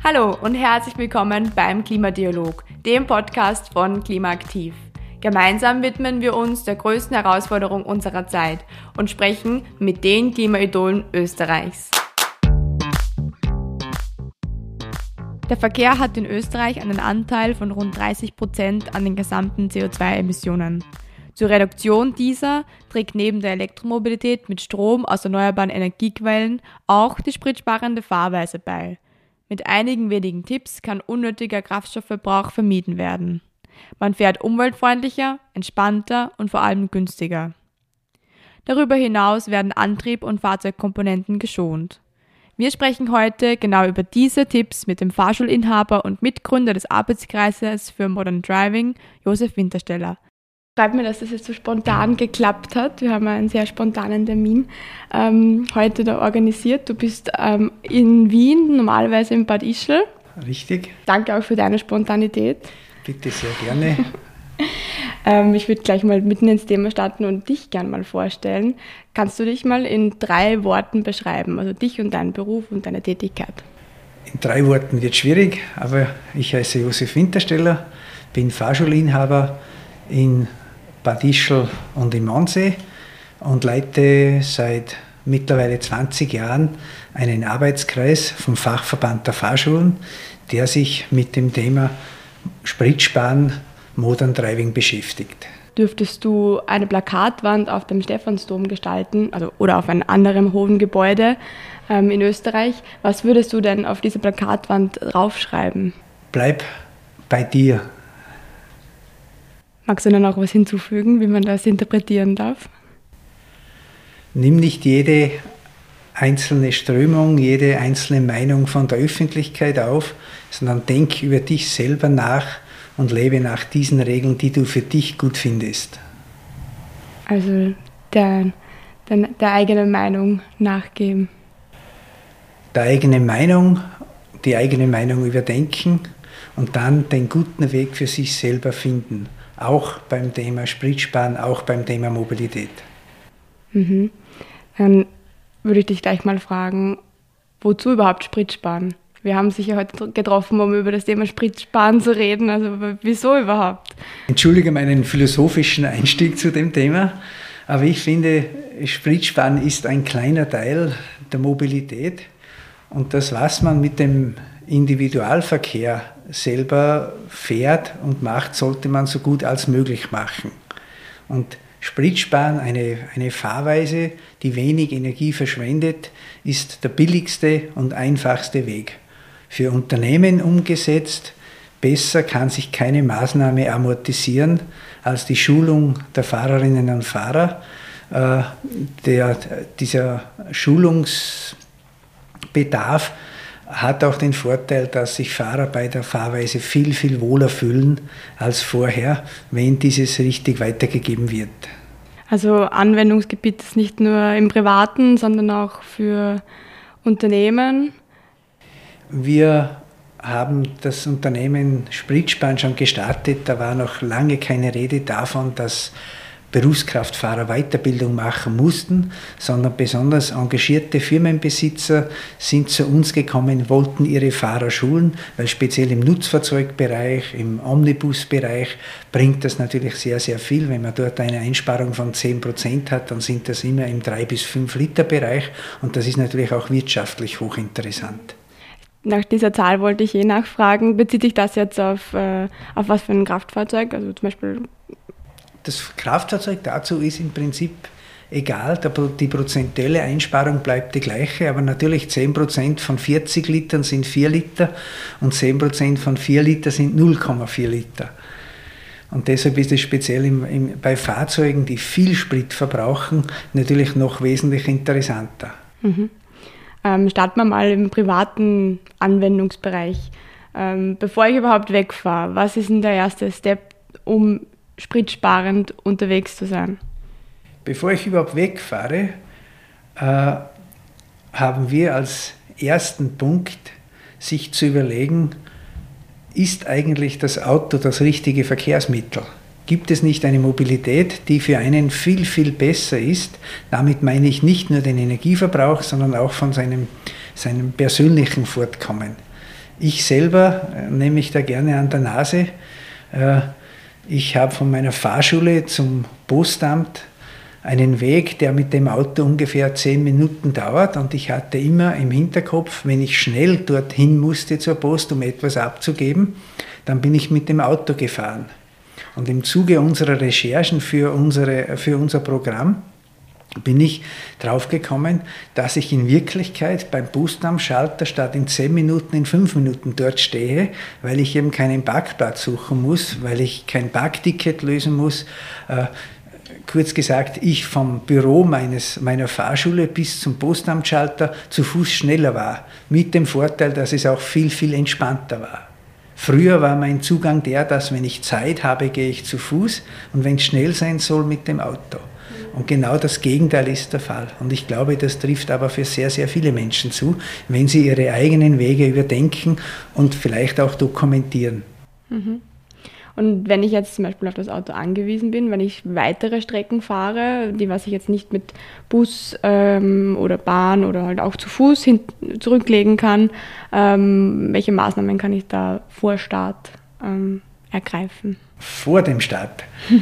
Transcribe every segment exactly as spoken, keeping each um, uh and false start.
Hallo und herzlich willkommen beim Klimadialog, dem Podcast von Klimaaktiv. Gemeinsam widmen wir uns der größten Herausforderung unserer Zeit und sprechen mit den Klimaidolen Österreichs. Der Verkehr hat in Österreich einen Anteil von rund dreißig Prozent an den gesamten C O zwei Emissionen. Zur Reduktion dieser trägt neben der Elektromobilität mit Strom aus erneuerbaren Energiequellen auch die spritsparende Fahrweise bei. Mit einigen wenigen Tipps kann unnötiger Kraftstoffverbrauch vermieden werden. Man fährt umweltfreundlicher, entspannter und vor allem günstiger. Darüber hinaus werden Antrieb und Fahrzeugkomponenten geschont. Wir sprechen heute genau über diese Tipps mit dem Fahrschulinhaber und Mitgründer des Arbeitskreises für Modern Driving, Josef Wintersteller. Freut mich, dass das jetzt so spontan geklappt hat. Wir haben einen sehr spontanen Termin ähm, heute da organisiert. Du bist ähm, in Wien, normalerweise in Bad Ischl. Richtig. Danke auch für deine Spontanität. Bitte, sehr gerne. ähm, ich würde gleich mal mitten ins Thema starten und dich gerne mal vorstellen. Kannst du dich mal in drei Worten beschreiben, also dich und deinen Beruf und deine Tätigkeit? In drei Worten wird schwierig, aber ich heiße Josef Wintersteller, bin Fahrschulinhaber in Bad Ischl und im Mondsee und leite seit mittlerweile zwanzig Jahren einen Arbeitskreis vom Fachverband der Fahrschulen, der sich mit dem Thema Spritsparen, Modern Driving beschäftigt. Dürftest du eine Plakatwand auf dem Stephansdom gestalten, also oder auf einem anderen hohen Gebäude ähm, in Österreich? Was würdest du denn auf diese Plakatwand draufschreiben? Bleib bei dir. Magst du dann auch was hinzufügen, wie man das interpretieren darf? Nimm nicht jede einzelne Strömung, jede einzelne Meinung von der Öffentlichkeit auf, sondern denk über dich selber nach und lebe nach diesen Regeln, die du für dich gut findest. Also der, der, der eigenen Meinung nachgeben. Der eigenen Meinung, die eigene Meinung überdenken und dann den guten Weg für sich selber finden. Auch beim Thema Spritsparen, auch beim Thema Mobilität. Mhm. Dann würde ich dich gleich mal fragen, wozu überhaupt Spritsparen? Wir haben sich ja heute getroffen, um über das Thema Spritsparen zu reden, also wieso überhaupt? Entschuldige meinen philosophischen Einstieg zu dem Thema, aber ich finde, Spritsparen ist ein kleiner Teil der Mobilität und das, was man mit dem Individualverkehr selber fährt und macht, sollte man so gut als möglich machen. Und Spritsparen, eine, eine Fahrweise, die wenig Energie verschwendet, ist der billigste und einfachste Weg. Für Unternehmen umgesetzt, besser kann sich keine Maßnahme amortisieren als die Schulung der Fahrerinnen und Fahrer. Äh, der, dieser Schulungsbedarf hat auch den Vorteil, dass sich Fahrer bei der Fahrweise viel, viel wohler fühlen als vorher, wenn dieses richtig weitergegeben wird. Also Anwendungsgebiet ist nicht nur im Privaten, sondern auch für Unternehmen? Wir haben das Unternehmen Spritsparen schon gestartet. Da war noch lange keine Rede davon, dass Berufskraftfahrer Weiterbildung machen mussten, sondern besonders engagierte Firmenbesitzer sind zu uns gekommen, wollten ihre Fahrer schulen, weil speziell im Nutzfahrzeugbereich, im Omnibusbereich bringt das natürlich sehr, sehr viel. Wenn man dort eine Einsparung von zehn Prozent hat, dann sind das immer im drei bis fünf Liter Bereich und das ist natürlich auch wirtschaftlich hochinteressant. Nach dieser Zahl wollte ich eh nachfragen, bezieht sich das jetzt auf, äh, auf was für ein Kraftfahrzeug, also zum Beispiel? Das Kraftfahrzeug dazu ist im Prinzip egal, die prozentuelle Einsparung bleibt die gleiche, aber natürlich zehn Prozent von vierzig Litern sind vier Liter und zehn Prozent von vier Liter sind null Komma vier Liter. Und deshalb ist es speziell im, im, bei Fahrzeugen, die viel Sprit verbrauchen, natürlich noch wesentlich interessanter. Mhm. Ähm, starten wir mal im privaten Anwendungsbereich. Ähm, bevor ich überhaupt wegfahre, was ist denn der erste Step, um spritsparend unterwegs zu sein? Bevor ich überhaupt wegfahre, äh, haben wir als ersten Punkt, sich zu überlegen, ist eigentlich das Auto das richtige Verkehrsmittel? Gibt es nicht eine Mobilität, die für einen viel, viel besser ist? Damit meine ich nicht nur den Energieverbrauch, sondern auch von seinem, seinem persönlichen Fortkommen. Ich selber nehme mich da gerne an der Nase. Ich habe von meiner Fahrschule zum Postamt einen Weg, der mit dem Auto ungefähr zehn Minuten dauert, und ich hatte immer im Hinterkopf, wenn ich schnell dorthin musste zur Post, um etwas abzugeben, dann bin ich mit dem Auto gefahren. Und im Zuge unserer Recherchen für, unsere, für unser Programm bin ich draufgekommen, dass ich in Wirklichkeit beim Postamtschalter statt in zehn Minuten in fünf Minuten dort stehe, weil ich eben keinen Parkplatz suchen muss, weil ich kein Parkticket lösen muss. Äh, kurz gesagt, ich vom Büro meines, meiner Fahrschule bis zum Postamtschalter zu Fuß schneller war, mit dem Vorteil, dass es auch viel, viel entspannter war. Früher war mein Zugang der, dass wenn ich Zeit habe, gehe ich zu Fuß, und wenn es schnell sein soll, mit dem Auto. Und genau das Gegenteil ist der Fall. Und ich glaube, das trifft aber für sehr, sehr viele Menschen zu, wenn sie ihre eigenen Wege überdenken und vielleicht auch dokumentieren. Mhm. Und wenn ich jetzt zum Beispiel auf das Auto angewiesen bin, wenn ich weitere Strecken fahre, die was ich jetzt nicht mit Bus ähm, oder Bahn oder halt auch zu Fuß hin- zurücklegen kann, ähm, welche Maßnahmen kann ich da vor Start ähm, ergreifen? Vor dem Start.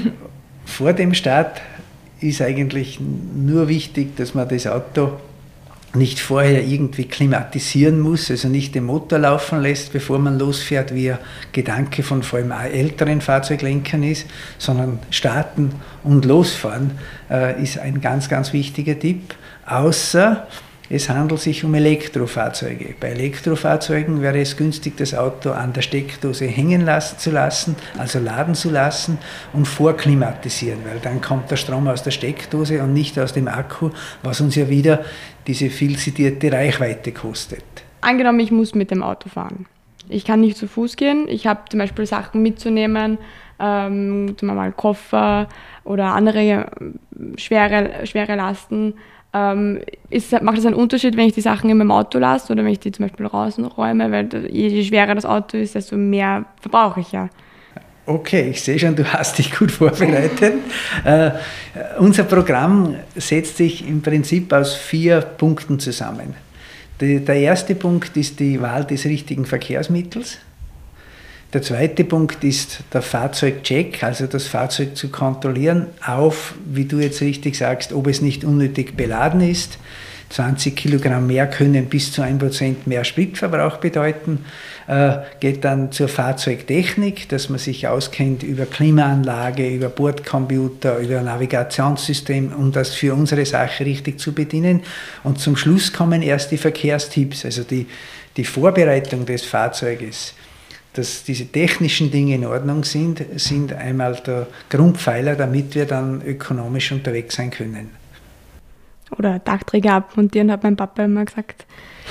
Vor dem Start ist eigentlich nur wichtig, dass man das Auto nicht vorher irgendwie klimatisieren muss, also nicht den Motor laufen lässt, bevor man losfährt, wie ein Gedanke von vor allem älteren Fahrzeuglenkern ist, sondern starten und losfahren äh, ist ein ganz, ganz wichtiger Tipp, außer es handelt sich um Elektrofahrzeuge. Bei Elektrofahrzeugen wäre es günstig, das Auto an der Steckdose hängen lassen zu lassen, also laden zu lassen und vorklimatisieren, weil dann kommt der Strom aus der Steckdose und nicht aus dem Akku, was uns ja wieder diese viel zitierte Reichweite kostet. Angenommen, ich muss mit dem Auto fahren. Ich kann nicht zu Fuß gehen. Ich habe zum Beispiel Sachen mitzunehmen, ähm, zum Beispiel Koffer oder andere schwere, schwere Lasten. Ähm, ist, macht das einen Unterschied, wenn ich die Sachen in meinem Auto lasse oder wenn ich die zum Beispiel rausräume? Weil je schwerer das Auto ist, desto mehr verbrauche ich ja. Okay, ich sehe schon, du hast dich gut vorbereitet. äh, unser Programm setzt sich im Prinzip aus vier Punkten zusammen. Die, der erste Punkt ist die Wahl des richtigen Verkehrsmittels. Der zweite Punkt ist der Fahrzeugcheck, also das Fahrzeug zu kontrollieren, auf, wie du jetzt richtig sagst, ob es nicht unnötig beladen ist. zwanzig Kilogramm mehr können bis zu ein Prozent mehr Spritverbrauch bedeuten. Äh, geht dann zur Fahrzeugtechnik, dass man sich auskennt über Klimaanlage, über Bordcomputer, über Navigationssystem, um das für unsere Sache richtig zu bedienen. Und zum Schluss kommen erst die Verkehrstipps, also die, die Vorbereitung des Fahrzeuges. Dass diese technischen Dinge in Ordnung sind, sind einmal der Grundpfeiler, damit wir dann ökonomisch unterwegs sein können. Oder Dachträger abmontieren, hat mein Papa immer gesagt.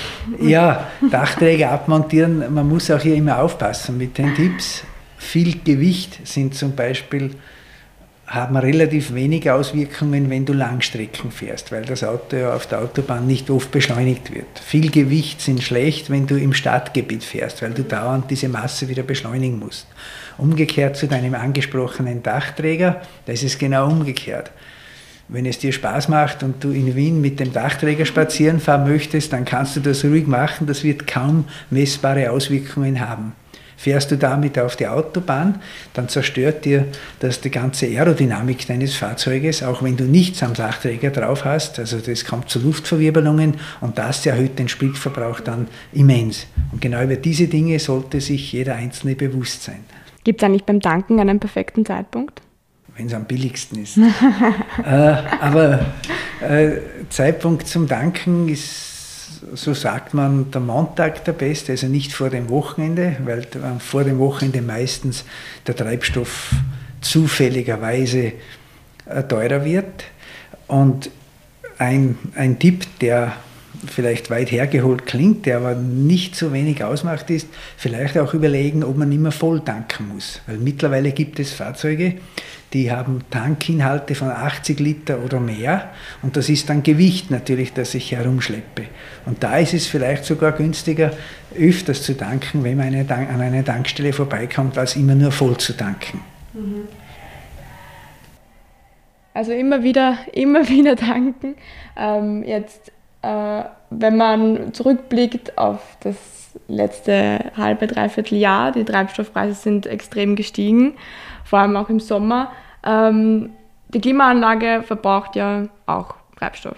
Ja, Dachträger abmontieren, man muss auch hier immer aufpassen mit den Tipps. Viel Gewicht sind zum Beispiel, haben relativ wenig Auswirkungen, wenn du Langstrecken fährst, weil das Auto ja auf der Autobahn nicht oft beschleunigt wird. Viel Gewicht sind schlecht, wenn du im Stadtgebiet fährst, weil du dauernd diese Masse wieder beschleunigen musst. Umgekehrt zu deinem angesprochenen Dachträger, da ist es genau umgekehrt. Wenn es dir Spaß macht und du in Wien mit dem Dachträger spazieren fahren möchtest, dann kannst du das ruhig machen, das wird kaum messbare Auswirkungen haben. Fährst du damit auf die Autobahn, dann zerstört dir das die ganze Aerodynamik deines Fahrzeuges, auch wenn du nichts am Dachträger drauf hast. Also das kommt zu Luftverwirbelungen und das erhöht den Spritverbrauch dann immens. Und genau über diese Dinge sollte sich jeder Einzelne bewusst sein. Gibt es eigentlich beim Tanken einen perfekten Zeitpunkt? Wenn es am billigsten ist. äh, aber äh, Zeitpunkt zum Tanken ist, so sagt man, der Montag der beste, also nicht vor dem Wochenende, weil äh, vor dem Wochenende meistens der Treibstoff zufälligerweise äh, teurer wird. Und ein, ein Tipp, der vielleicht weit hergeholt klingt, der aber nicht so wenig ausmacht, ist, vielleicht auch überlegen, ob man immer voll tanken muss. Weil mittlerweile gibt es Fahrzeuge, die haben Tankinhalte von achtzig Liter oder mehr und das ist dann Gewicht natürlich, das ich herumschleppe. Und da ist es vielleicht sogar günstiger, öfters zu tanken, wenn man eine, an einer Tankstelle vorbeikommt, als immer nur voll zu tanken. Also immer wieder, immer wieder tanken. Ähm, jetzt Äh, wenn man zurückblickt auf das letzte halbe, dreiviertel Jahr, die Treibstoffpreise sind extrem gestiegen, vor allem auch im Sommer. Ähm, die Klimaanlage verbraucht ja auch Treibstoff.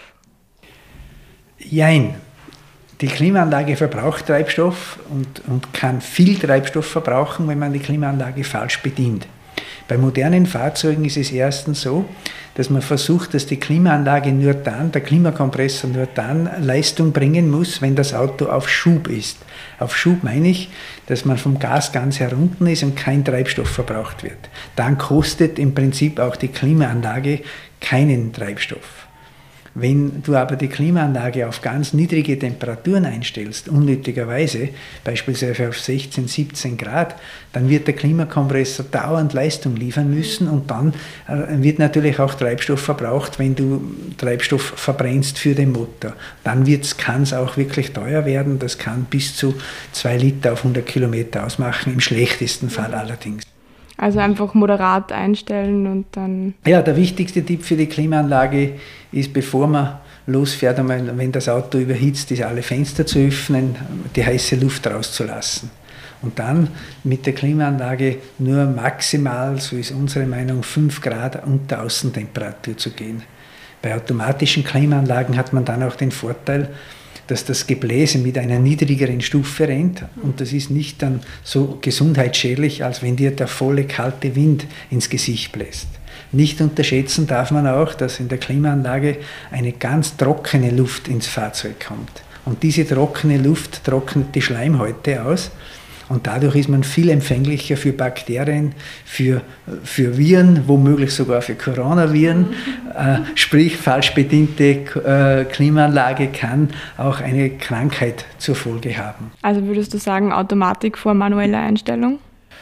Jein. Die Klimaanlage verbraucht Treibstoff und, und kann viel Treibstoff verbrauchen, wenn man die Klimaanlage falsch bedient. Bei modernen Fahrzeugen ist es erstens so, dass man versucht, dass die Klimaanlage nur dann, der Klimakompressor nur dann Leistung bringen muss, wenn das Auto auf Schub ist. Auf Schub meine ich, dass man vom Gas ganz herunten ist und kein Treibstoff verbraucht wird. Dann kostet im Prinzip auch die Klimaanlage keinen Treibstoff. Wenn du aber die Klimaanlage auf ganz niedrige Temperaturen einstellst, unnötigerweise, beispielsweise auf sechzehn, siebzehn Grad, dann wird der Klimakompressor dauernd Leistung liefern müssen und dann wird natürlich auch Treibstoff verbraucht, wenn du Treibstoff verbrennst für den Motor. Dann kann es auch wirklich teuer werden, das kann bis zu zwei Liter auf hundert Kilometer ausmachen, im schlechtesten Fall allerdings. Also einfach moderat einstellen und dann... Ja, der wichtigste Tipp für die Klimaanlage ist, bevor man losfährt, einmal, wenn das Auto überhitzt ist, alle Fenster zu öffnen, die heiße Luft rauszulassen. Und dann mit der Klimaanlage nur maximal, so ist unsere Meinung, fünf Grad unter Außentemperatur zu gehen. Bei automatischen Klimaanlagen hat man dann auch den Vorteil, dass das Gebläse mit einer niedrigeren Stufe rennt und das ist nicht dann so gesundheitsschädlich, als wenn dir der volle kalte Wind ins Gesicht bläst. Nicht unterschätzen darf man auch, dass in der Klimaanlage eine ganz trockene Luft ins Fahrzeug kommt. Und diese trockene Luft trocknet die Schleimhäute aus. Und dadurch ist man viel empfänglicher für Bakterien, für, für Viren, womöglich sogar für Coronaviren. Äh, sprich, falsch bediente äh, Klimaanlage kann auch eine Krankheit zur Folge haben. Also würdest du sagen, Automatik vor manueller Einstellung?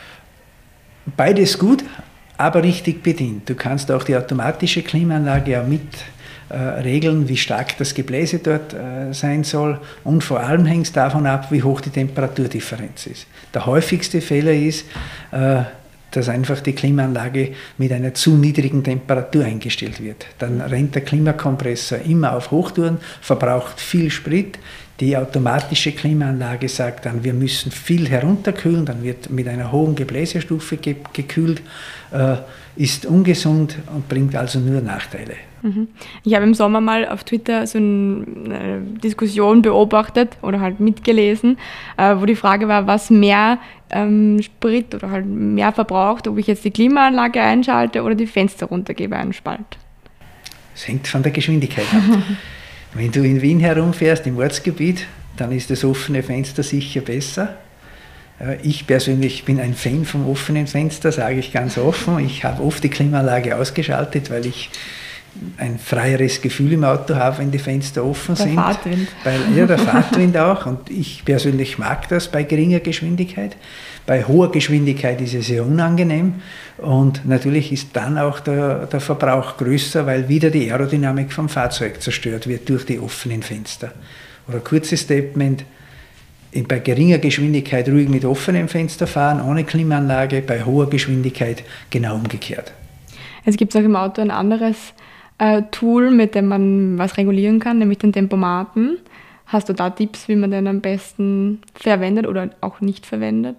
Beides gut, aber richtig bedient. Du kannst auch die automatische Klimaanlage ja mit Äh, regeln, wie stark das Gebläse dort äh, sein soll und vor allem hängt es davon ab, wie hoch die Temperaturdifferenz ist. Der häufigste Fehler ist, äh, dass einfach die Klimaanlage mit einer zu niedrigen Temperatur eingestellt wird. Dann rennt der Klimakompressor immer auf Hochtouren, verbraucht viel Sprit. Die automatische Klimaanlage sagt dann, wir müssen viel herunterkühlen, dann wird mit einer hohen Gebläsestufe ge- gekühlt, äh, ist ungesund und bringt also nur Nachteile. Ich habe im Sommer mal auf Twitter so eine Diskussion beobachtet oder halt mitgelesen, wo die Frage war, was mehr ähm, Sprit oder halt mehr verbraucht, ob ich jetzt die Klimaanlage einschalte oder die Fenster runtergebe einen Spalt. Das hängt von der Geschwindigkeit ab. Wenn du in Wien herumfährst, im Ortsgebiet, dann ist das offene Fenster sicher besser. Ich persönlich bin ein Fan vom offenen Fenster, sage ich ganz offen. Ich habe oft die Klimaanlage ausgeschaltet, weil ich ein freieres Gefühl im Auto habe, wenn die Fenster offen der sind. Fahrtwind. Weil, ja, der Fahrtwind auch. Und ich persönlich mag das bei geringer Geschwindigkeit. Bei hoher Geschwindigkeit ist es sehr unangenehm. Und natürlich ist dann auch der, der Verbrauch größer, weil wieder die Aerodynamik vom Fahrzeug zerstört wird durch die offenen Fenster. Oder kurzes Statement, bei geringer Geschwindigkeit ruhig mit offenem Fenster fahren, ohne Klimaanlage, bei hoher Geschwindigkeit genau umgekehrt. Es gibt auch im Auto ein anderes äh, Tool, mit dem man was regulieren kann, nämlich den Tempomaten. Hast du da Tipps, wie man den am besten verwendet oder auch nicht verwendet?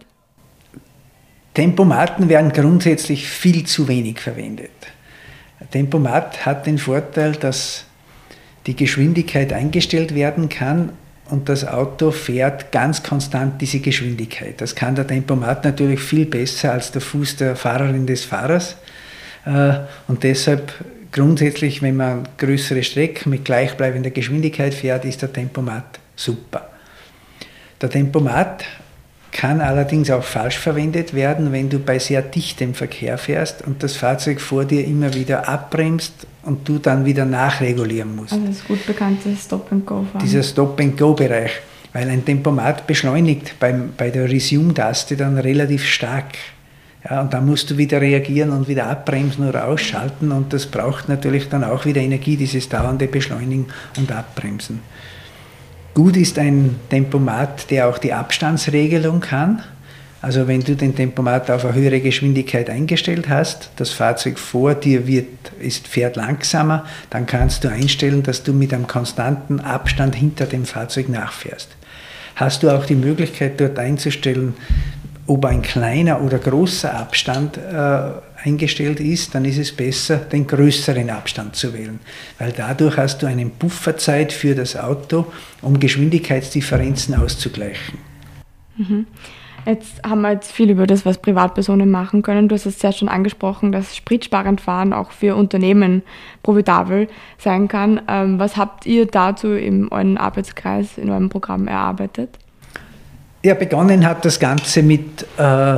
Tempomaten werden grundsätzlich viel zu wenig verwendet. Tempomat hat den Vorteil, dass die Geschwindigkeit eingestellt werden kann und das Auto fährt ganz konstant diese Geschwindigkeit. Das kann der Tempomat natürlich viel besser als der Fuß der Fahrerin des Fahrers. Und deshalb grundsätzlich, wenn man größere Strecken mit gleichbleibender Geschwindigkeit fährt, ist der Tempomat super. Der Tempomat kann allerdings auch falsch verwendet werden, wenn du bei sehr dichtem Verkehr fährst und das Fahrzeug vor dir immer wieder abbremst und du dann wieder nachregulieren musst. Also das gut bekannte Stop-and-Go-Fahren. Dieser Stop-and-Go-Bereich, weil ein Tempomat beschleunigt beim, bei der Resume-Taste dann relativ stark. Ja, und dann musst du wieder reagieren und wieder abbremsen oder ausschalten und das braucht natürlich dann auch wieder Energie, dieses dauernde Beschleunigen und Abbremsen. Gut ist ein Tempomat, der auch die Abstandsregelung kann. Also wenn du den Tempomat auf eine höhere Geschwindigkeit eingestellt hast, das Fahrzeug vor dir wird, ist, fährt langsamer, dann kannst du einstellen, dass du mit einem konstanten Abstand hinter dem Fahrzeug nachfährst. Hast du auch die Möglichkeit dort einzustellen, ob ein kleiner oder großer Abstand äh, eingestellt ist, dann ist es besser, den größeren Abstand zu wählen, weil dadurch hast du eine Pufferzeit für das Auto, um Geschwindigkeitsdifferenzen auszugleichen. Mhm. Jetzt haben wir jetzt viel über das, was Privatpersonen machen können. Du hast es ja schon angesprochen, dass spritsparend Fahren auch für Unternehmen profitabel sein kann. Ähm, was habt ihr dazu in eurem Arbeitskreis, in eurem Programm erarbeitet? Ja, begonnen hat das Ganze mit äh,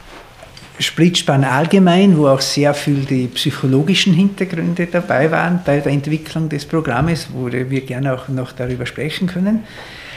Splitsparen allgemein, wo auch sehr viel die psychologischen Hintergründe dabei waren bei der Entwicklung des Programmes, wo wir gerne auch noch darüber sprechen können.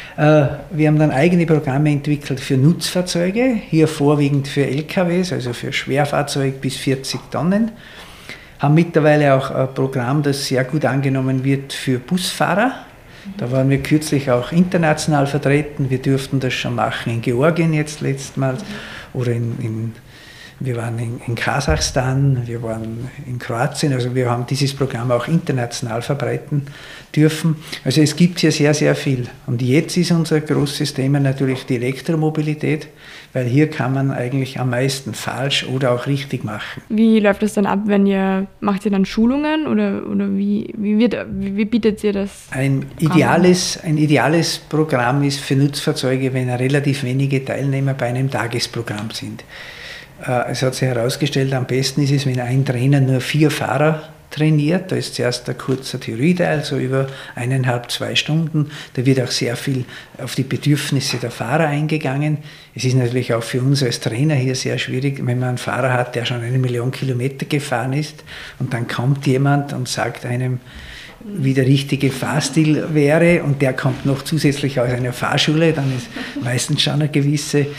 Wir haben dann eigene Programme entwickelt für Nutzfahrzeuge, hier vorwiegend für L K Ws, also für Schwerfahrzeuge bis vierzig Tonnen. Haben mittlerweile auch ein Programm, das sehr gut angenommen wird für Busfahrer. Da waren wir kürzlich auch international vertreten. Wir durften das schon machen in Georgien jetzt letztmals oder in, in wir waren in, in Kasachstan, wir waren in Kroatien, also wir haben dieses Programm auch international verbreiten dürfen. Also es gibt hier sehr, sehr viel. Und jetzt ist unser großes Thema natürlich die Elektromobilität, weil hier kann man eigentlich am meisten falsch oder auch richtig machen. Wie läuft das dann ab, wenn ihr, macht ihr dann Schulungen oder, oder wie, wie, wird, wie, wie bietet ihr das? Ein ideales, ein ideales Programm ist für Nutzfahrzeuge, wenn relativ wenige Teilnehmer bei einem Tagesprogramm sind. Es hat sich herausgestellt, am besten ist es, wenn ein Trainer nur vier Fahrer trainiert. Da ist zuerst ein kurzer Theorieteil, so über eineinhalb, zwei Stunden. Da wird auch sehr viel auf die Bedürfnisse der Fahrer eingegangen. Es ist natürlich auch für uns als Trainer hier sehr schwierig, wenn man einen Fahrer hat, der schon eine Million Kilometer gefahren ist und dann kommt jemand und sagt einem, wie der richtige Fahrstil wäre und der kommt noch zusätzlich aus einer Fahrschule, dann ist meistens schon eine gewisse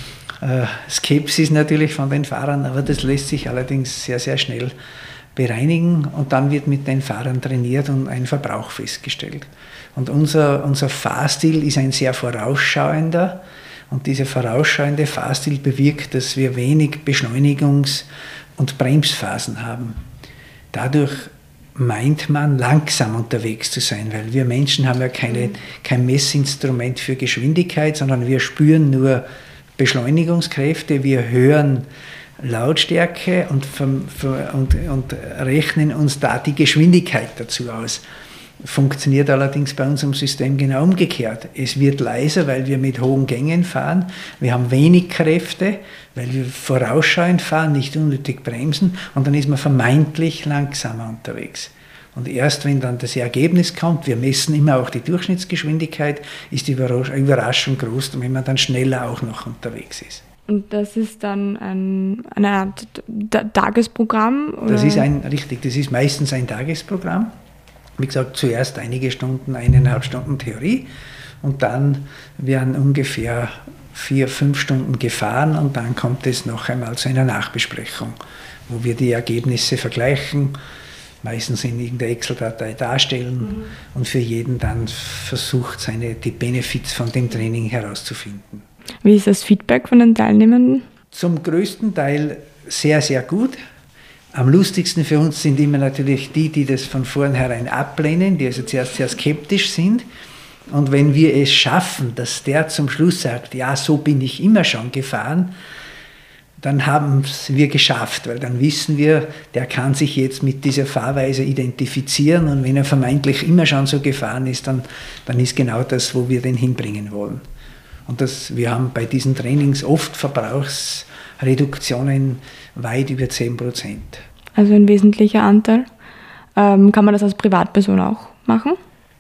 Skepsis natürlich von den Fahrern, aber das lässt sich allerdings sehr, sehr schnell bereinigen und dann wird mit den Fahrern trainiert und ein Verbrauch festgestellt. Und unser, unser Fahrstil ist ein sehr vorausschauender und dieser vorausschauende Fahrstil bewirkt, dass wir wenig Beschleunigungs- und Bremsphasen haben. Dadurch meint man, langsam unterwegs zu sein, weil wir Menschen haben ja keine, kein Messinstrument für Geschwindigkeit, sondern wir spüren nur Beschleunigungskräfte, wir hören Lautstärke und, und, und rechnen uns da die Geschwindigkeit dazu aus. Funktioniert allerdings bei unserem System genau umgekehrt. Es wird leiser, weil wir mit hohen Gängen fahren. Wir haben wenig Kräfte, weil wir vorausschauend fahren, nicht unnötig bremsen und dann ist man vermeintlich langsamer unterwegs. Und erst wenn dann das Ergebnis kommt, wir messen immer auch die Durchschnittsgeschwindigkeit, ist die Überraschung groß, wenn man dann schneller auch noch unterwegs ist. Und das ist dann ein, eine Art Tagesprogramm? Oder? Das ist ein, richtig, das ist meistens ein Tagesprogramm. Wie gesagt, zuerst einige Stunden, eineinhalb Stunden Theorie und dann werden ungefähr vier, fünf Stunden gefahren und dann kommt es noch einmal zu einer Nachbesprechung, wo wir die Ergebnisse vergleichen, meistens in irgendeiner Excel-Datei darstellen mhm. und für jeden dann versucht, seine, die Benefits von dem Training herauszufinden. Wie ist das Feedback von den Teilnehmenden? Zum größten Teil sehr, sehr gut. Am lustigsten für uns sind immer natürlich die, die das von vornherein ablehnen, die also zuerst sehr skeptisch sind. Und wenn wir es schaffen, dass der zum Schluss sagt, ja, so bin ich immer schon gefahren, dann haben es wir geschafft, weil dann wissen wir, der kann sich jetzt mit dieser Fahrweise identifizieren und wenn er vermeintlich immer schon so gefahren ist, dann, dann ist genau das, wo wir den hinbringen wollen. Und das, wir haben bei diesen Trainings oft Verbrauchsreduktionen weit über zehn Prozent. Also ein wesentlicher Anteil. Ähm, kann man das als Privatperson auch machen?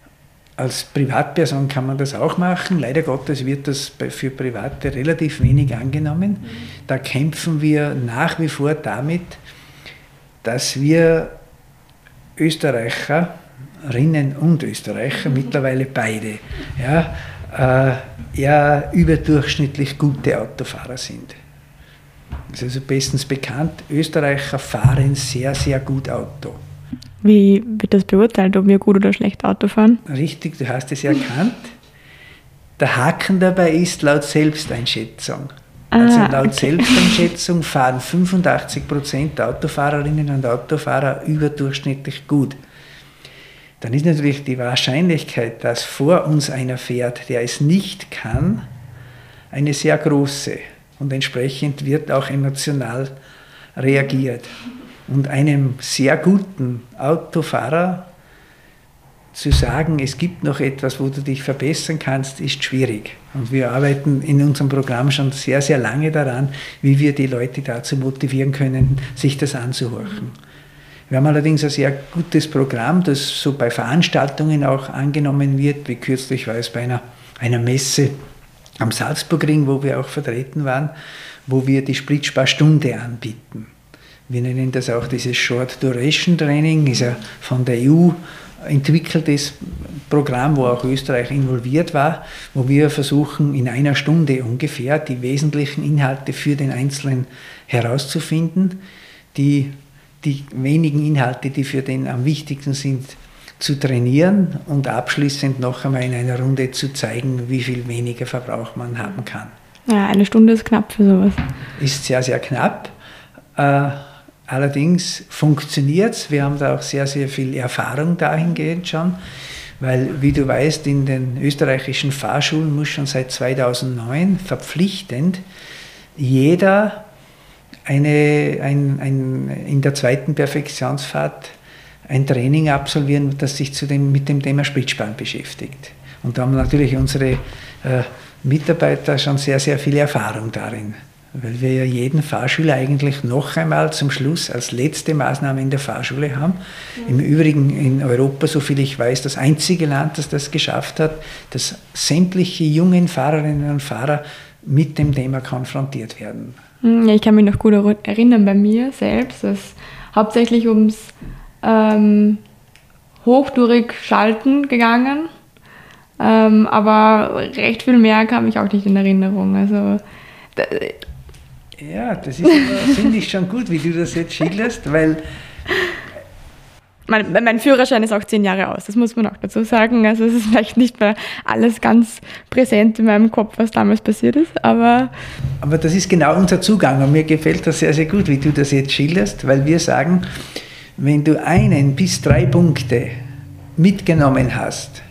Als Privatperson kann man das auch machen. Leider Gottes wird das für Private relativ wenig angenommen. Mhm. Da kämpfen wir nach wie vor damit, dass wir Österreicherinnen und Österreicher, mhm. mittlerweile beide, ja, äh, eher überdurchschnittlich gute Autofahrer sind. Das ist also bestens bekannt, Österreicher fahren sehr, sehr gut Auto. Wie wird das beurteilt, ob wir gut oder schlecht Auto fahren? Richtig, du hast es erkannt. Der Haken dabei ist laut Selbsteinschätzung. Ah, also laut okay. Selbsteinschätzung fahren fünfundachtzig Prozent der Autofahrerinnen und Autofahrer überdurchschnittlich gut. Dann ist natürlich die Wahrscheinlichkeit, dass vor uns einer fährt, der es nicht kann, eine sehr große. Und entsprechend wird auch emotional reagiert. Und einem sehr guten Autofahrer zu sagen, es gibt noch etwas, wo du dich verbessern kannst, ist schwierig. Und wir arbeiten in unserem Programm schon sehr, sehr lange daran, wie wir die Leute dazu motivieren können, sich das anzuhorchen. Wir haben allerdings ein sehr gutes Programm, das so bei Veranstaltungen auch angenommen wird, wie kürzlich war es bei einer, einer Messe am Salzburgring, wo wir auch vertreten waren, wo wir die Spritsparstunde anbieten. Wir nennen das auch dieses Short Duration Training, ist ja von der E U entwickeltes Programm, wo auch Österreich involviert war, wo wir versuchen, in einer Stunde ungefähr die wesentlichen Inhalte für den Einzelnen herauszufinden, die, die wenigen Inhalte, die für den am wichtigsten sind, zu trainieren und abschließend noch einmal in einer Runde zu zeigen, wie viel weniger Verbrauch man haben kann. Ja, eine Stunde ist knapp für sowas. Ist sehr, sehr knapp. Äh, allerdings funktioniert es. Wir haben da auch sehr, sehr viel Erfahrung dahingehend schon, weil, wie du weißt, in den österreichischen Fahrschulen muss schon seit zweitausendneun verpflichtend jeder eine, ein, ein, in der zweiten Perfektionsfahrt ein Training absolvieren, das sich zu dem, mit dem Thema Spritzsparen beschäftigt. Und da haben natürlich unsere äh, Mitarbeiter schon sehr, sehr viel Erfahrung darin, weil wir ja jeden Fahrschüler eigentlich noch einmal zum Schluss als letzte Maßnahme in der Fahrschule haben. Mhm. Im Übrigen in Europa, soviel ich weiß, das einzige Land, das das geschafft hat, dass sämtliche jungen Fahrerinnen und Fahrer mit dem Thema konfrontiert werden. Ja, ich kann mich noch gut erinnern, bei mir selbst, dass hauptsächlich ums ähm, hochtourig Schalten gegangen, ähm, aber recht viel mehr kam ich auch nicht in Erinnerung. Also da, ja, das ist aber, finde ich schon gut, wie du das jetzt schilderst, weil mein, mein Führerschein ist auch zehn Jahre aus, das muss man auch dazu sagen. Also es ist vielleicht nicht mehr alles ganz präsent in meinem Kopf, was damals passiert ist, aber... Aber das ist genau unser Zugang und mir gefällt das sehr, sehr gut, wie du das jetzt schilderst, weil wir sagen, wenn du einen bis drei Punkte mitgenommen hast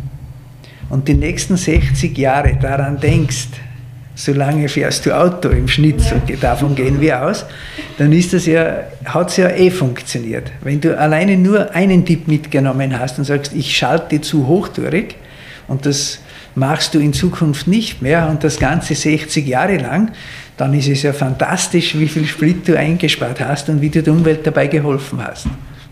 und die nächsten sechzig Jahre daran denkst, so lange fährst du Auto im Schnitt, so, davon gehen wir aus, dann ist das ja, hat es ja eh funktioniert. Wenn du alleine nur einen Tipp mitgenommen hast und sagst, ich schalte zu hochtourig und das machst du in Zukunft nicht mehr und das Ganze sechzig Jahre lang, dann ist es ja fantastisch, wie viel Sprit du eingespart hast und wie du der Umwelt dabei geholfen hast.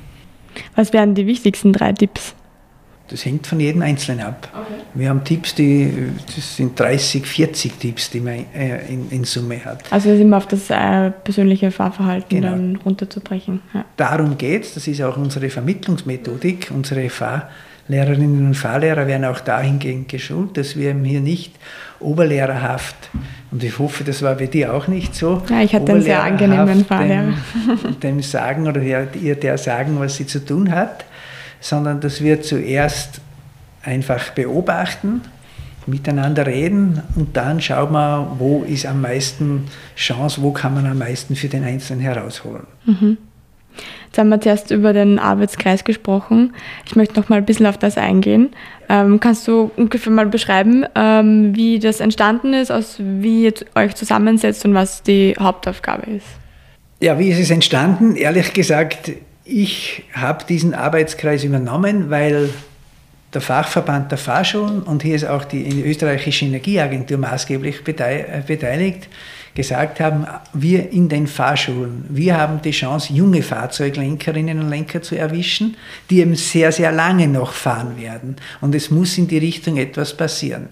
Was wären die wichtigsten drei Tipps? Das hängt von jedem Einzelnen ab. Okay. Wir haben Tipps, die, das sind dreißig, vierzig Tipps, die man äh, in, in Summe hat. Also immer auf das äh, persönliche Fahrverhalten genau. dann runterzubrechen. Ja. Darum geht es, das ist auch unsere Vermittlungsmethodik. Unsere Fahrlehrerinnen und Fahrlehrer werden auch dahingehend geschult, dass wir hier nicht oberlehrerhaft, und ich hoffe, das war bei dir auch nicht so, ja, ich hatte einen sehr angenehmen Fahrlehrer. Dem, dem sagen oder der, ihr der sagen, was sie zu tun hat, sondern dass wir zuerst einfach beobachten, miteinander reden und dann schauen wir, wo ist am meisten Chance, wo kann man am meisten für den Einzelnen herausholen. Mhm. Jetzt haben wir zuerst über den Arbeitskreis gesprochen. Ich möchte noch mal ein bisschen auf das eingehen. Ähm, kannst du ungefähr mal beschreiben, ähm, wie das entstanden ist, aus wie ihr euch zusammensetzt und was die Hauptaufgabe ist? Ja, wie ist es entstanden? Ehrlich gesagt, ich habe diesen Arbeitskreis übernommen, weil der Fachverband der Fahrschulen, und hier ist auch die österreichische Energieagentur maßgeblich beteiligt, gesagt haben, wir in den Fahrschulen, wir haben die Chance, junge Fahrzeuglenkerinnen und Lenker zu erwischen, die eben sehr, sehr lange noch fahren werden. Und es muss in die Richtung etwas passieren.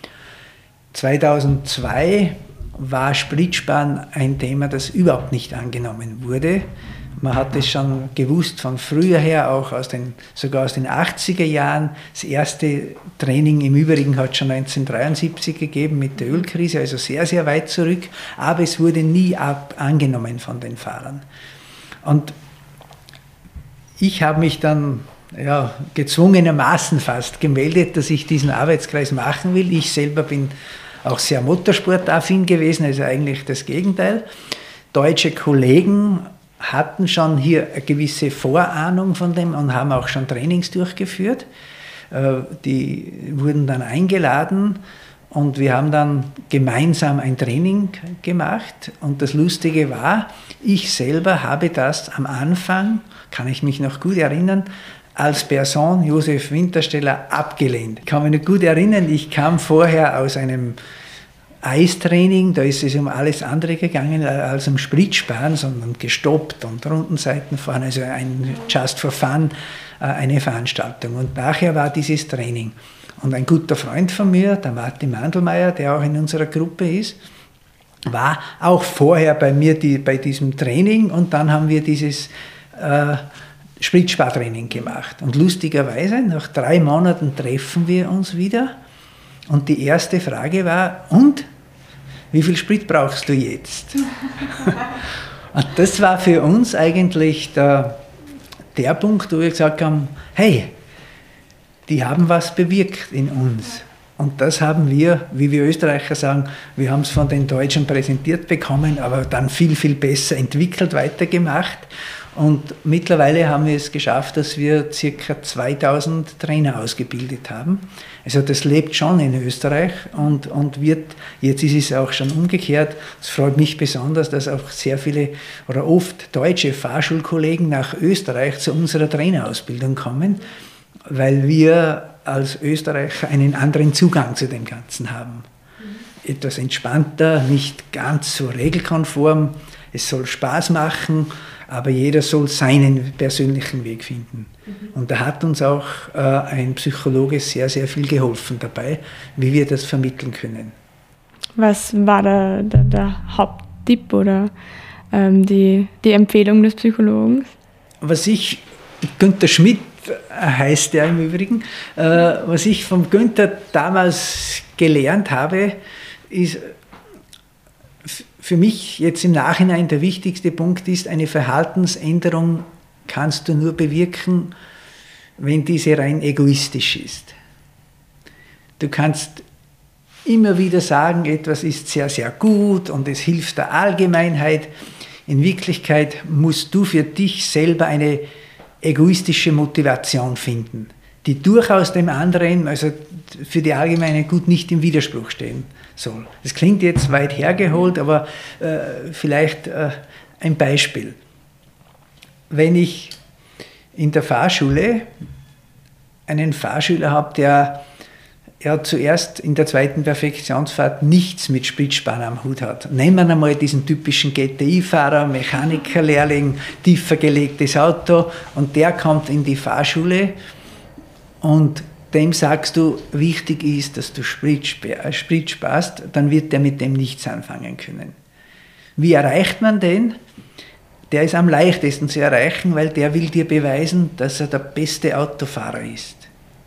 zweitausendzwei war Spritsparen ein Thema, das überhaupt nicht angenommen wurde. Man hat es schon gewusst von früher her, auch aus den, sogar aus den achtziger Jahren. Das erste Training im Übrigen hat es schon neunzehnhundertdreiundsiebzig gegeben mit der Ölkrise, also sehr, sehr weit zurück. Aber es wurde nie ab, angenommen von den Fahrern. Und ich habe mich dann ja, gezwungenermaßen fast gemeldet, dass ich diesen Arbeitskreis machen will. Ich selber bin auch sehr motorsportaffin gewesen, also eigentlich das Gegenteil. Deutsche Kollegen hatten schon hier eine gewisse Vorahnung von dem und haben auch schon Trainings durchgeführt. Die wurden dann eingeladen und wir haben dann gemeinsam ein Training gemacht. Und das Lustige war, ich selber habe das am Anfang, kann ich mich noch gut erinnern, als Person Josef Wintersteller abgelehnt. Ich kann mich noch gut erinnern, ich kam vorher aus einem Eistraining, da ist es um alles andere gegangen als um Spritzsparen, sondern gestoppt und Rundenseiten fahren, also ein Just for Fun, eine Veranstaltung. Und nachher war dieses Training. Und ein guter Freund von mir, der Martin Mandelmeier, der auch in unserer Gruppe ist, war auch vorher bei mir die, bei diesem Training und dann haben wir dieses äh, Spritzspartraining gemacht. Und lustigerweise, nach drei Monaten treffen wir uns wieder und die erste Frage war, und? Wie viel Sprit brauchst du jetzt? Und das war für uns eigentlich der, der Punkt, wo wir gesagt haben, hey, die haben was bewirkt in uns. Und das haben wir, wie wir Österreicher sagen, wir haben es von den Deutschen präsentiert bekommen, aber dann viel, viel besser entwickelt, weitergemacht. Und mittlerweile haben wir es geschafft, dass wir ca. zweitausend Trainer ausgebildet haben. Also das lebt schon in Österreich und, und wird, jetzt ist es auch schon umgekehrt. Es freut mich besonders, dass auch sehr viele oder oft deutsche Fahrschulkollegen nach Österreich zu unserer Trainerausbildung kommen, weil wir als Österreicher einen anderen Zugang zu dem Ganzen haben. Mhm. Etwas entspannter, nicht ganz so regelkonform. Es soll Spaß machen, aber jeder soll seinen persönlichen Weg finden. Mhm. Und da hat uns auch äh, ein Psychologe sehr, sehr viel geholfen dabei, wie wir das vermitteln können. Was war der, der, der Haupttipp oder ähm, die, die Empfehlung des Psychologen? Was ich, Günther Schmidt heißt er im Übrigen, äh, was ich vom Günther damals gelernt habe, ist, für mich jetzt im Nachhinein der wichtigste Punkt ist, eine Verhaltensänderung kannst du nur bewirken, wenn diese rein egoistisch ist. Du kannst immer wieder sagen, etwas ist sehr, sehr gut und es hilft der Allgemeinheit. In Wirklichkeit musst du für dich selber eine egoistische Motivation finden, die durchaus dem anderen, also für die Allgemeine gut, nicht im Widerspruch stehen soll. Das klingt jetzt weit hergeholt, aber äh, vielleicht äh, ein Beispiel. Wenn ich in der Fahrschule einen Fahrschüler habe, der ja zuerst in der zweiten Perfektionsfahrt nichts mit Spritzsparen am Hut hat. Nehmen wir einmal diesen typischen G T I-Fahrer, Mechanikerlehrling, tiefer gelegtes Auto und der kommt in die Fahrschule und dem sagst du, wichtig ist, dass du Sprit sparst, dann wird der mit dem nichts anfangen können. Wie erreicht man den? Der ist am leichtesten zu erreichen, weil der will dir beweisen, dass er der beste Autofahrer ist.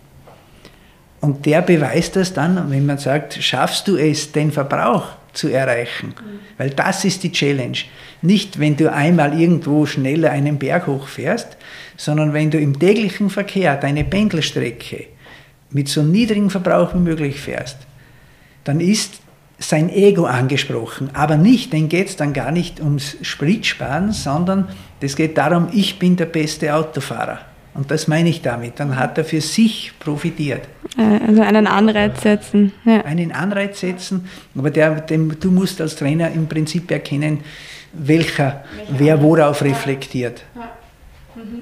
Und der beweist das dann, wenn man sagt, schaffst du es, den Verbrauch zu erreichen? Mhm. Weil das ist die Challenge. Nicht, wenn du einmal irgendwo schneller einen Berg hochfährst, sondern wenn du im täglichen Verkehr deine Pendelstrecke mit so niedrigem Verbrauch wie möglich fährst, dann ist sein Ego angesprochen. Aber nicht, denen geht es dann gar nicht ums Spritsparen, sondern es geht darum, ich bin der beste Autofahrer. Und das meine ich damit. Dann hat er für sich profitiert. Also einen Anreiz setzen. Ja. Einen Anreiz setzen, aber der, dem, du musst als Trainer im Prinzip erkennen, welcher, wer worauf reflektiert. Ja. Mhm.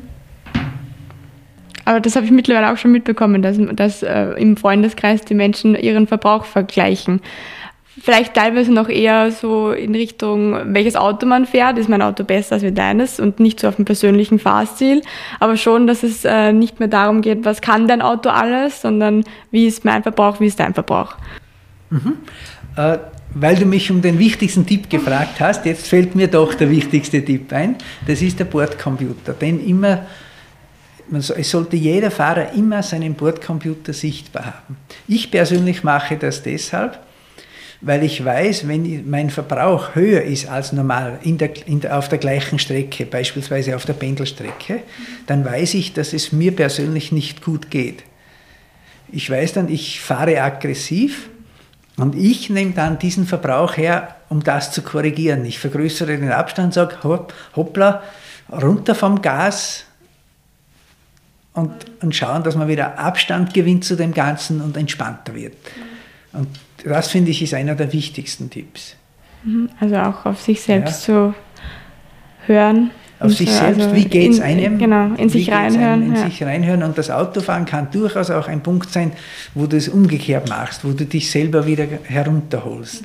Aber das habe ich mittlerweile auch schon mitbekommen, dass, dass äh, im Freundeskreis die Menschen ihren Verbrauch vergleichen. Vielleicht teilweise noch eher so in Richtung, welches Auto man fährt, ist mein Auto besser als deines und nicht so auf dem persönlichen Fahrstil, aber schon, dass es äh, nicht mehr darum geht, was kann dein Auto alles, sondern wie ist mein Verbrauch, wie ist dein Verbrauch. Mhm. Äh, weil du mich um den wichtigsten Tipp gefragt hast, jetzt fällt mir doch der wichtigste Tipp ein, das ist der Bordcomputer, denn immer, man so, es sollte jeder Fahrer immer seinen Bordcomputer sichtbar haben. Ich persönlich mache das deshalb, weil ich weiß, wenn mein Verbrauch höher ist als normal in der, in der, auf der gleichen Strecke, beispielsweise auf der Pendelstrecke, dann weiß ich, dass es mir persönlich nicht gut geht. Ich weiß dann, ich fahre aggressiv Und ich nehme dann diesen Verbrauch her, um das zu korrigieren. Ich vergrößere den Abstand, sage, hopp, hoppla, runter vom Gas und, und schauen, dass man wieder Abstand gewinnt zu dem Ganzen und entspannter wird. Und das, finde ich, ist einer der wichtigsten Tipps. Also auch auf sich selbst ja. zu hören. Auf sich selbst, also wie geht es einem? Genau, in sich reinhören. In ja. sich reinhören. Und das Autofahren kann durchaus auch ein Punkt sein, wo du es umgekehrt machst, wo du dich selber wieder herunterholst.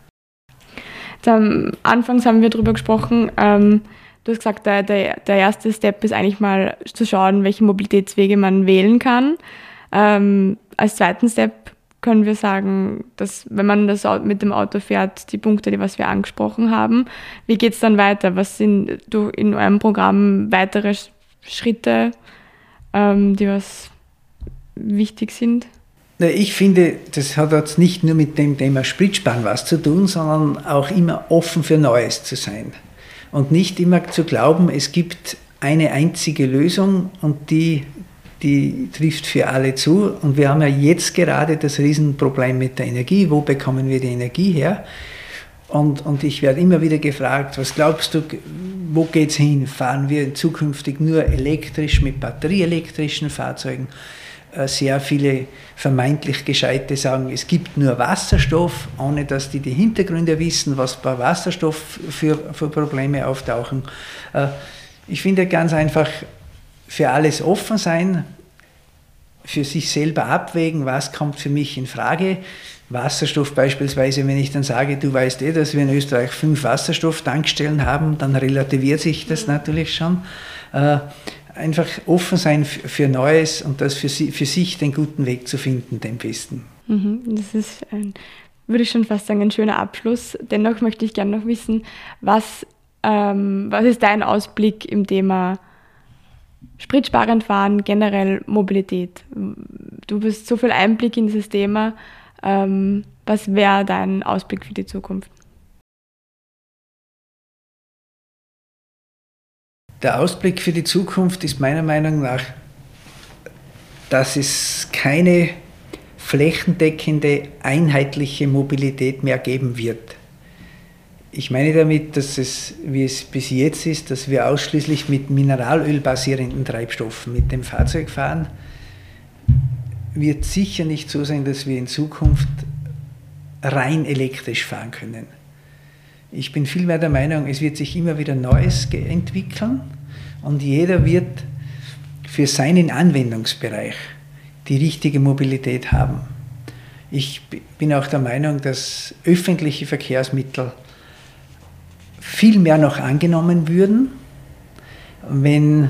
Am Anfang haben wir darüber gesprochen, ähm, du hast gesagt, der, der, der erste Step ist eigentlich mal zu schauen, welche Mobilitätswege man wählen kann. Ähm, als zweiten Step können wir sagen, dass wenn man das mit dem Auto fährt, die Punkte, die was wir angesprochen haben, wie geht es dann weiter? Was sind du in eurem Programm weitere Schritte, ähm, die was wichtig sind? Ich finde, das hat jetzt nicht nur mit dem Thema Spritzsparen was zu tun, sondern auch immer offen für Neues zu sein. Und nicht immer zu glauben, es gibt eine einzige Lösung und die die trifft für alle zu. Und wir haben ja jetzt gerade das Riesenproblem mit der Energie. Wo bekommen wir die Energie her? Und, und ich werde immer wieder gefragt, was glaubst du, wo geht es hin? Fahren wir zukünftig nur elektrisch mit batterieelektrischen Fahrzeugen? Sehr viele vermeintlich Gescheite sagen, es gibt nur Wasserstoff, ohne dass die die Hintergründe wissen, was bei Wasserstoff für, für Probleme auftauchen. Ich finde ganz einfach, für alles offen sein, für sich selber abwägen, was kommt für mich in Frage. Wasserstoff beispielsweise, wenn ich dann sage, du weißt eh, dass wir in Österreich fünf Wasserstofftankstellen haben, dann relativiert sich das natürlich schon. Äh, einfach offen sein für Neues und das für, sie, für sich den guten Weg zu finden, den besten. Das ist, ein, würde ich schon fast sagen, ein schöner Abschluss. Dennoch möchte ich gerne noch wissen, was, ähm, was ist dein Ausblick im Thema Spritsparend fahren, generell Mobilität? Du hast so viel Einblick in dieses Thema. Ähm, was wäre dein Ausblick für die Zukunft? Der Ausblick für die Zukunft ist meiner Meinung nach, dass es keine flächendeckende, einheitliche Mobilität mehr geben wird. Ich meine damit, dass es, wie es bis jetzt ist, dass wir ausschließlich mit Mineralöl basierenden Treibstoffen mit dem Fahrzeug fahren, wird sicher nicht so sein, dass wir in Zukunft rein elektrisch fahren können. Ich bin vielmehr der Meinung, es wird sich immer wieder Neues entwickeln und jeder wird für seinen Anwendungsbereich die richtige Mobilität haben. Ich bin auch der Meinung, dass öffentliche Verkehrsmittel viel mehr noch angenommen würden, wenn,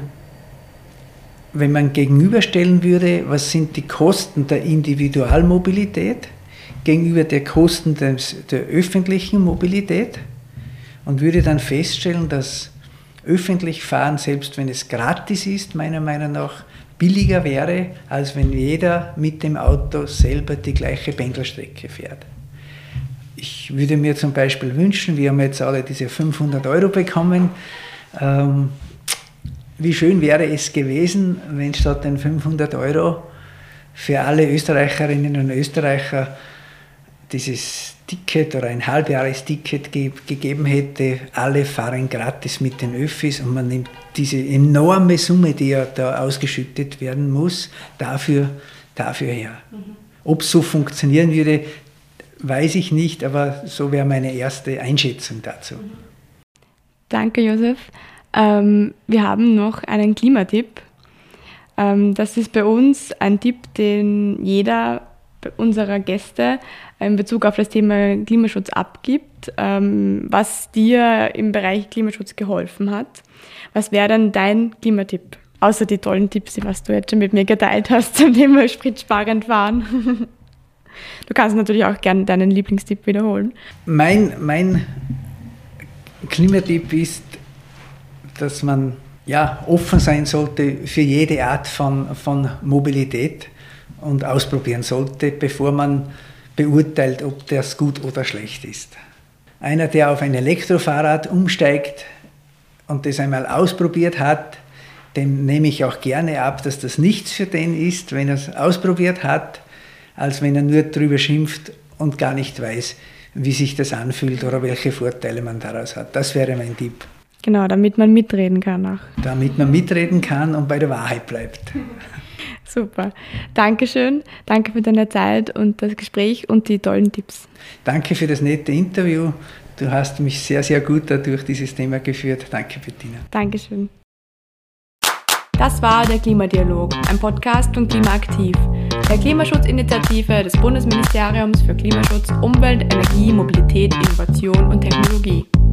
wenn man gegenüberstellen würde, was sind die Kosten der Individualmobilität gegenüber der Kosten des, der öffentlichen Mobilität und würde dann feststellen, dass öffentlich Fahren, selbst wenn es gratis ist, meiner Meinung nach billiger wäre, als wenn jeder mit dem Auto selber die gleiche Pendelstrecke fährt. Ich würde mir zum Beispiel wünschen, wir haben jetzt alle diese fünfhundert Euro bekommen, ähm, wie schön wäre es gewesen, wenn statt den fünfhundert Euro für alle Österreicherinnen und Österreicher dieses Ticket oder ein Halbjahresticket ge- gegeben hätte, alle fahren gratis mit den Öffis und man nimmt diese enorme Summe, die ja da ausgeschüttet werden muss, dafür, dafür her. Mhm. Ob es so funktionieren würde, weiß ich nicht, aber so wäre meine erste Einschätzung dazu. Danke, Josef. Ähm, wir haben noch einen Klimatipp. Ähm, das ist bei uns ein Tipp, den jeder unserer Gäste in Bezug auf das Thema Klimaschutz abgibt, ähm, was dir im Bereich Klimaschutz geholfen hat. Was wäre denn dein Klimatipp? Außer die tollen Tipps, die was du jetzt schon mit mir geteilt hast zum Thema spritsparend fahren. Du kannst natürlich auch gerne deinen Lieblingstipp wiederholen. Mein, mein Klimatipp ist, dass man ja, offen sein sollte für jede Art von, von Mobilität und ausprobieren sollte, bevor man beurteilt, ob das gut oder schlecht ist. Einer, der auf ein Elektrofahrrad umsteigt und das einmal ausprobiert hat, dem nehme ich auch gerne ab, dass das nichts für den ist, wenn er es ausprobiert hat, als wenn er nur darüber schimpft und gar nicht weiß, wie sich das anfühlt oder welche Vorteile man daraus hat. Das wäre mein Tipp. Genau, damit man mitreden kann auch. Damit man mitreden kann und bei der Wahrheit bleibt. Super. Dankeschön. Danke für deine Zeit und das Gespräch und die tollen Tipps. Danke für das nette Interview. Du hast mich sehr, sehr gut durch dieses Thema geführt. Danke, Bettina. Dankeschön. Das war der Klimadialog, ein Podcast von Klimaaktiv, der Klimaschutzinitiative des Bundesministeriums für Klimaschutz, Umwelt, Energie, Mobilität, Innovation und Technologie.